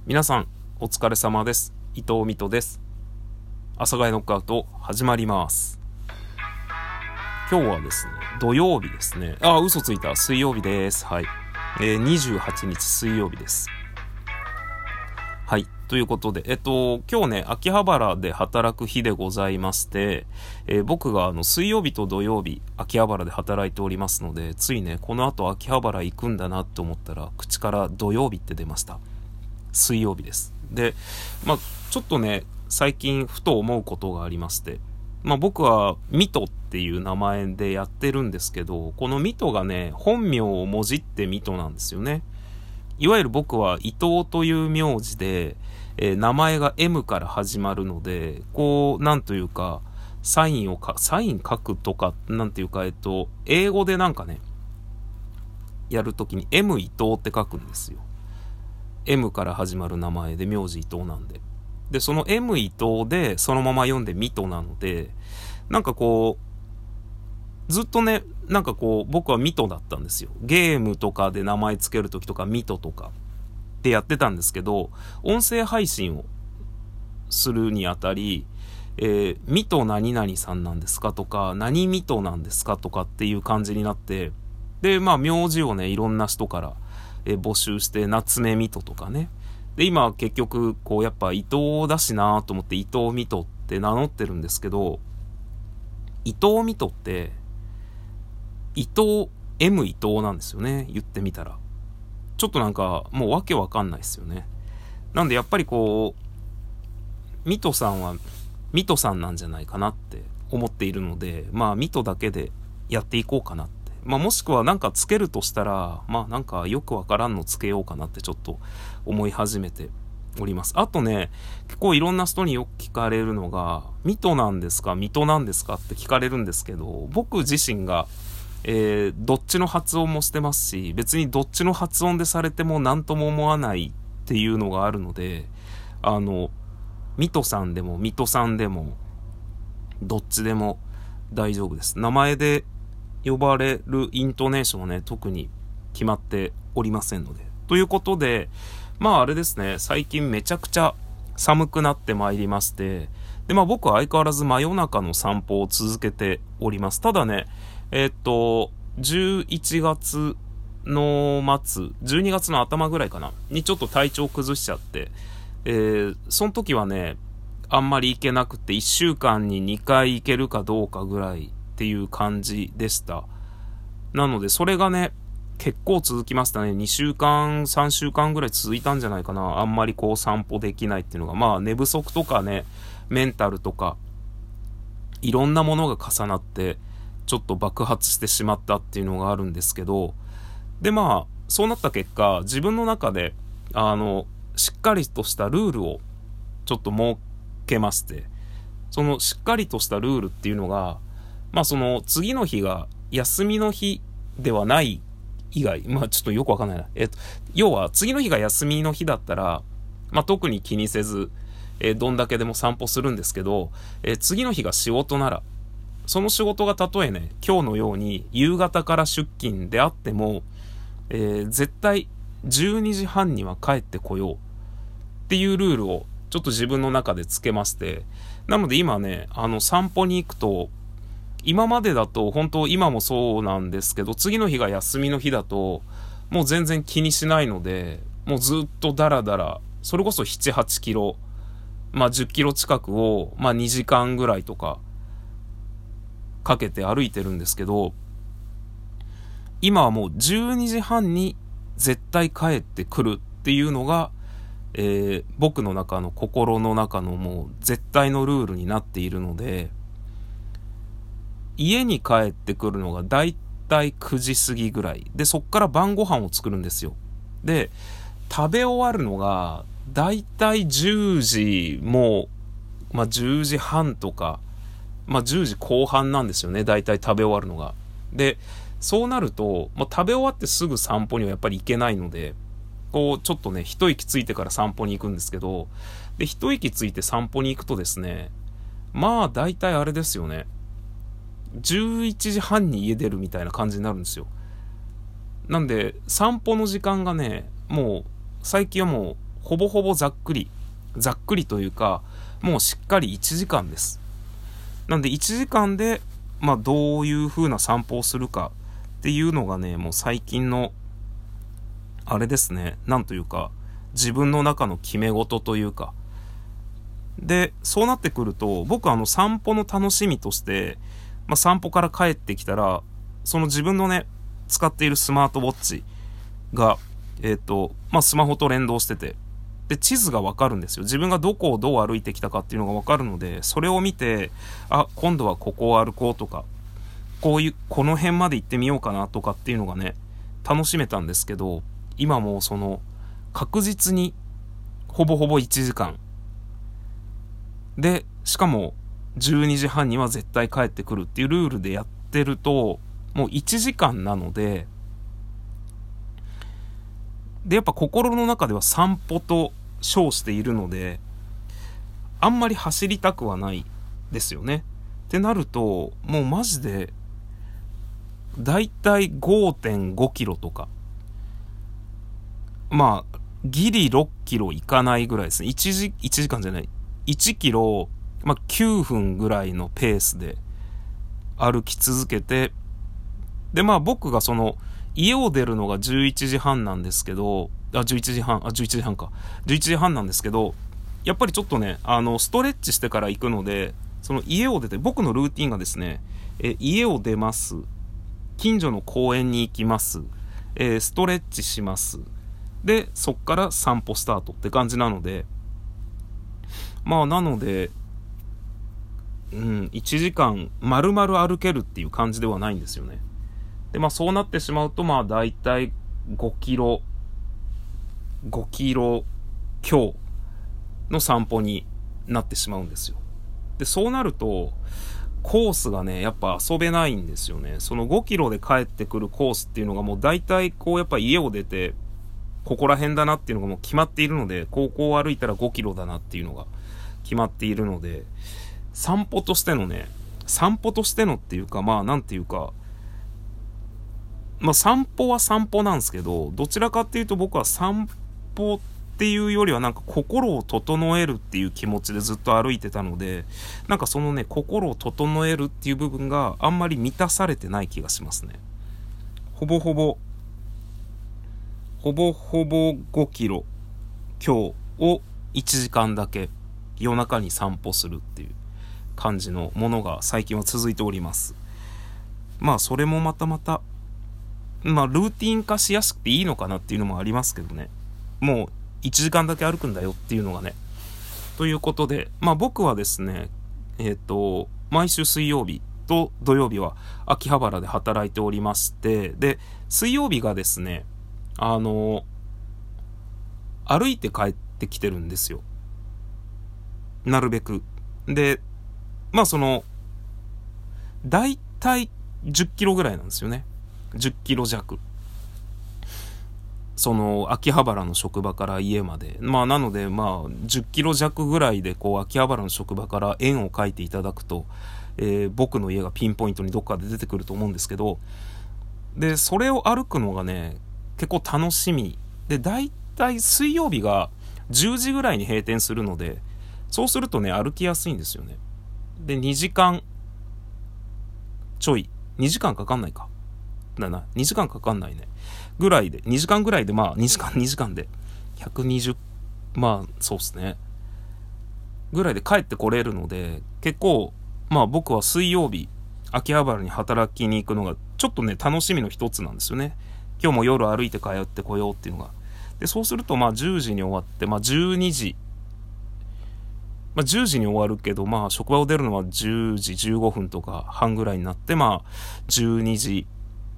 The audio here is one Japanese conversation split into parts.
皆さんお疲れ様です。伊藤美斗です。阿佐ヶ谷ノックアウト始まります。今日はですね、土曜日ですね。嘘ついた。水曜日です。はい。28日水曜日です。はい。ということで、今日ね、秋葉原で働く日でございまして、僕が水曜日と土曜日、秋葉原で働いておりますので、ついね、この後秋葉原行くんだなって思ったら、口から土曜日って出ました。水曜日です。で、ちょっとね、最近ふと思うことがありまして、僕はミトっていう名前でやってるんですけど、このミトがね、本名をもじってミトなんですよね。いわゆる僕は伊藤という名字で、名前が M から始まるので、なんというか、サイン書くとか、なんていうか、英語でなんかね、やるときに M 伊藤って書くんですよ。M から始まる名前で名字伊藤なんで。で、その M 伊藤でそのまま読んでミトなので、ずっとね、僕はミトだったんですよ。ゲームとかで名前つけるときとかミトとかってやってたんですけど、音声配信をするにあたり、ミト何々さんなんですかとか、何ミトなんですかとかっていう感じになって、で、名字をね、いろんな人から、募集して、夏目ミトとかね。で、今結局、やっぱ伊藤だしなと思って伊藤ミトって名乗ってるんですけど、伊藤ミトって、伊藤 M 伊藤なんですよね。言ってみたら。ちょっともうわけわかんないですよね。なんでやっぱりミトさんはミトさんなんじゃないかなって思っているので、ミトだけでやっていこうかなって。もしくはつけるとしたら、よくわからんのつけようかなってちょっと思い始めております。あとね、結構いろんな人によく聞かれるのが、ミトなんですかミトなんですかって聞かれるんですけど、僕自身が、どっちの発音もしてますし、別にどっちの発音でされても何とも思わないっていうのがあるので、ミトさんでもミトさんでも、どっちでも大丈夫です。名前で呼ばれるイントネーションはね、特に決まっておりませんので。ということで、あれですね、最近めちゃくちゃ寒くなってまいりまして、で、僕は相変わらず真夜中の散歩を続けております。ただね、11月の末、12月の頭ぐらいかな、にちょっと体調崩しちゃって、その時はね、あんまり行けなくて、1週間に2回行けるかどうかぐらいっていう感じでした。なので、それがね、結構続きましたね。2週間、3週間ぐらい続いたんじゃないかな。あんまり散歩できないっていうのが、寝不足とかね、メンタルとか、いろんなものが重なって、ちょっと爆発してしまったっていうのがあるんですけど、で、そうなった結果、自分の中で、しっかりとしたルールをちょっと設けまして、そのしっかりとしたルールっていうのが、その次の日が休みの日ではない以外、ちょっとよくわかんないな。要は次の日が休みの日だったら、特に気にせず、どんだけでも散歩するんですけど、次の日が仕事なら、その仕事がたとえね、今日のように夕方から出勤であっても、絶対12時半には帰ってこようっていうルールをちょっと自分の中でつけまして、なので今ね、散歩に行くと、今までだと本当今もそうなんですけど、次の日が休みの日だともう全然気にしないので、もうずっとダラダラ、それこそ7、8キロ、10キロ近くを2時間ぐらいとかかけて歩いてるんですけど、今はもう12時半に絶対帰ってくるっていうのが、僕の中の心の中のもう絶対のルールになっているので、家に帰ってくるのがだいたい9時過ぎぐらいで、そっから晩ご飯を作るんですよ。で、食べ終わるのがだいたい10時もう、10時半とか、10時後半なんですよね、だいたい食べ終わるのが。で、そうなると、食べ終わってすぐ散歩にはやっぱり行けないので、ちょっとね、一息ついてから散歩に行くんですけど、で、一息ついて散歩に行くとですね、だいたいあれですよね、11時半に家出るみたいな感じになるんですよ。なんで散歩の時間がね、もう最近はもうほぼほぼざっくりというか、もうしっかり1時間です。なんで1時間で、どういう風な散歩をするかっていうのがね、もう最近の、あれですね、なんというか、自分の中の決め事というか。で、そうなってくると、僕散歩の楽しみとして、散歩から帰ってきたら、その自分のね、使っているスマートウォッチが、スマホと連動してて、で、地図がわかるんですよ。自分がどこをどう歩いてきたかっていうのがわかるので、それを見て、今度はここを歩こうとか、この辺まで行ってみようかなとかっていうのがね、楽しめたんですけど、今もう確実に、ほぼほぼ1時間。で、しかも、12時半には絶対帰ってくるっていうルールでやってると、もう1時間なので、やっぱ心の中では散歩と称しているので、あんまり走りたくはないですよね。ってなると、もうマジで、だいたい 5.5 キロとか、ギリ6キロいかないぐらいですね。1時間じゃない。1キロ、9分ぐらいのペースで歩き続けて、で、僕が家を出るのが11時半なんですけど、11時半か。11時半なんですけど、やっぱりちょっとね、ストレッチしてから行くので、家を出て、僕のルーティンがですね、家を出ます。近所の公園に行きます。ストレッチします。で、そっから散歩スタートって感じなので、なので、1時間丸々歩けるっていう感じではないんですよね。で、そうなってしまうと、だいたい5キロ強の散歩になってしまうんですよ。で、そうなると、コースがね、やっぱ遊べないんですよね。その5キロで帰ってくるコースっていうのがもう大体やっぱ家を出て、ここら辺だなっていうのがもう決まっているので、ここを歩いたら5キロだなっていうのが決まっているので、散歩としてのっていうか、なんていうか、散歩は散歩なんですけど、どちらかっていうと僕は散歩っていうよりは心を整えるっていう気持ちでずっと歩いてたので、心を整えるっていう部分があんまり満たされてない気がしますね。ほぼほぼ5キロ強を1時間だけ夜中に散歩するっていう感じのものが最近は続いております。それもまたルーティン化しやすくていいのかなっていうのもありますけどね。もう1時間だけ歩くんだよっていうのがね。ということで、僕はですね、毎週水曜日と土曜日は秋葉原で働いておりまして、で、水曜日がですね、歩いて帰ってきてるんですよ。なるべく。で、だいたい10キロぐらいなんですよね。10キロ弱。秋葉原の職場から家まで。なので、10キロ弱ぐらいで、秋葉原の職場から円を描いていただくと、僕の家がピンポイントにどっかで出てくると思うんですけど、で、それを歩くのがね、結構楽しみ。で、だいたい水曜日が10時ぐらいに閉店するので、そうするとね、歩きやすいんですよね。で、2時間ちょい。2時間かかんないか。2時間かかんないね。ぐらいで、2時間ぐらいで、2時間で、120、そうっすね。ぐらいで帰ってこれるので、結構、僕は水曜日、秋葉原に働きに行くのが、ちょっとね、楽しみの一つなんですよね。今日も夜歩いて帰ってこようっていうのが。で、そうすると、10時に終わって、12時、10時に終わるけど、職場を出るのは10時15分とか半ぐらいになって、12時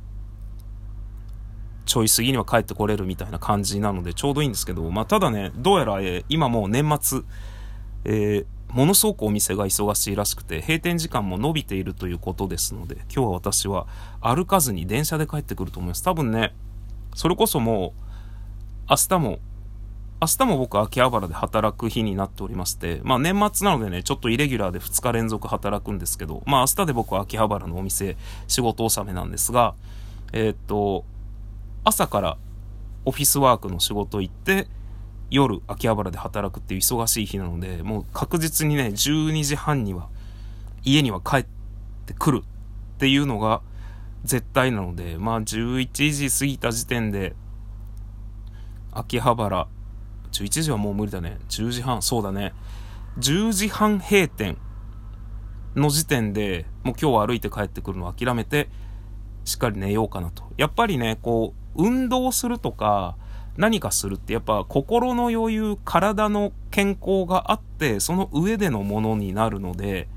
ちょい過ぎには帰ってこれるみたいな感じなのでちょうどいいんですけど、ただね、どうやら、今もう年末、ものすごくお店が忙しいらしくて、閉店時間も伸びているということですので、今日は私は歩かずに電車で帰ってくると思います。多分ね、それこそもう、明日も僕は秋葉原で働く日になっておりまして、年末なのでね、ちょっとイレギュラーで2日連続働くんですけど、明日で僕は秋葉原のお店、仕事納めなんですが、朝からオフィスワークの仕事行って、 夜秋葉原で働くっていう忙しい日なので、もう確実にね12時半には家には帰ってくるっていうのが絶対なので、まあ11時過ぎた時点で秋葉原、11時はもう無理だね、10時半、そうだね、10時半閉店の時点でもう今日は歩いて帰ってくるのを諦めてしっかり寝ようかなと。やっぱりね、こう運動するとか何かするってやっぱ心の余裕、体の健康があってその上でのものになるので、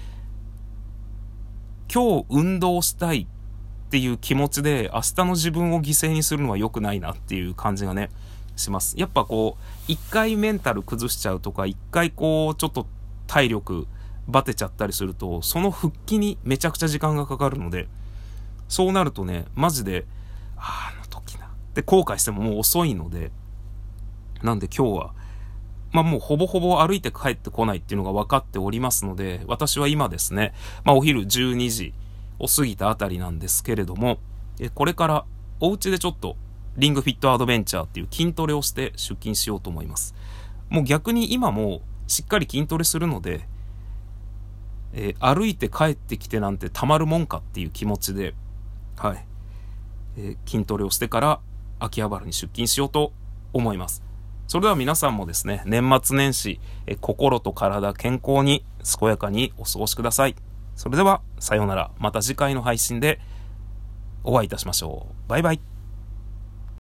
今日運動したいっていう気持ちで明日の自分を犠牲にするのは良くないなっていう感じがねします。やっぱこう一回メンタル崩しちゃうとか、一回こうちょっと体力バテちゃったりすると、その復帰にめちゃくちゃ時間がかかるので、そうなるとねマジであの時なって後悔してももう遅いので、なんで今日はまあもうほぼほぼ歩いて帰ってこないっていうのが分かっておりますので、私は今ですね、まあお昼12時を過ぎたあたりなんですけれども、これからお家でちょっとリングフィットアドベンチャーっていう筋トレをして出勤しようと思います。もう逆に今もしっかり筋トレするので、歩いて帰ってきてなんてたまるもんかっていう気持ちで、はい、筋トレをしてから秋葉原に出勤しようと思います。それでは皆さんもですね、年末年始、心と体健康に健やかにお過ごしください。それではさようなら。また次回の配信でお会いいたしましょう。バイバイ。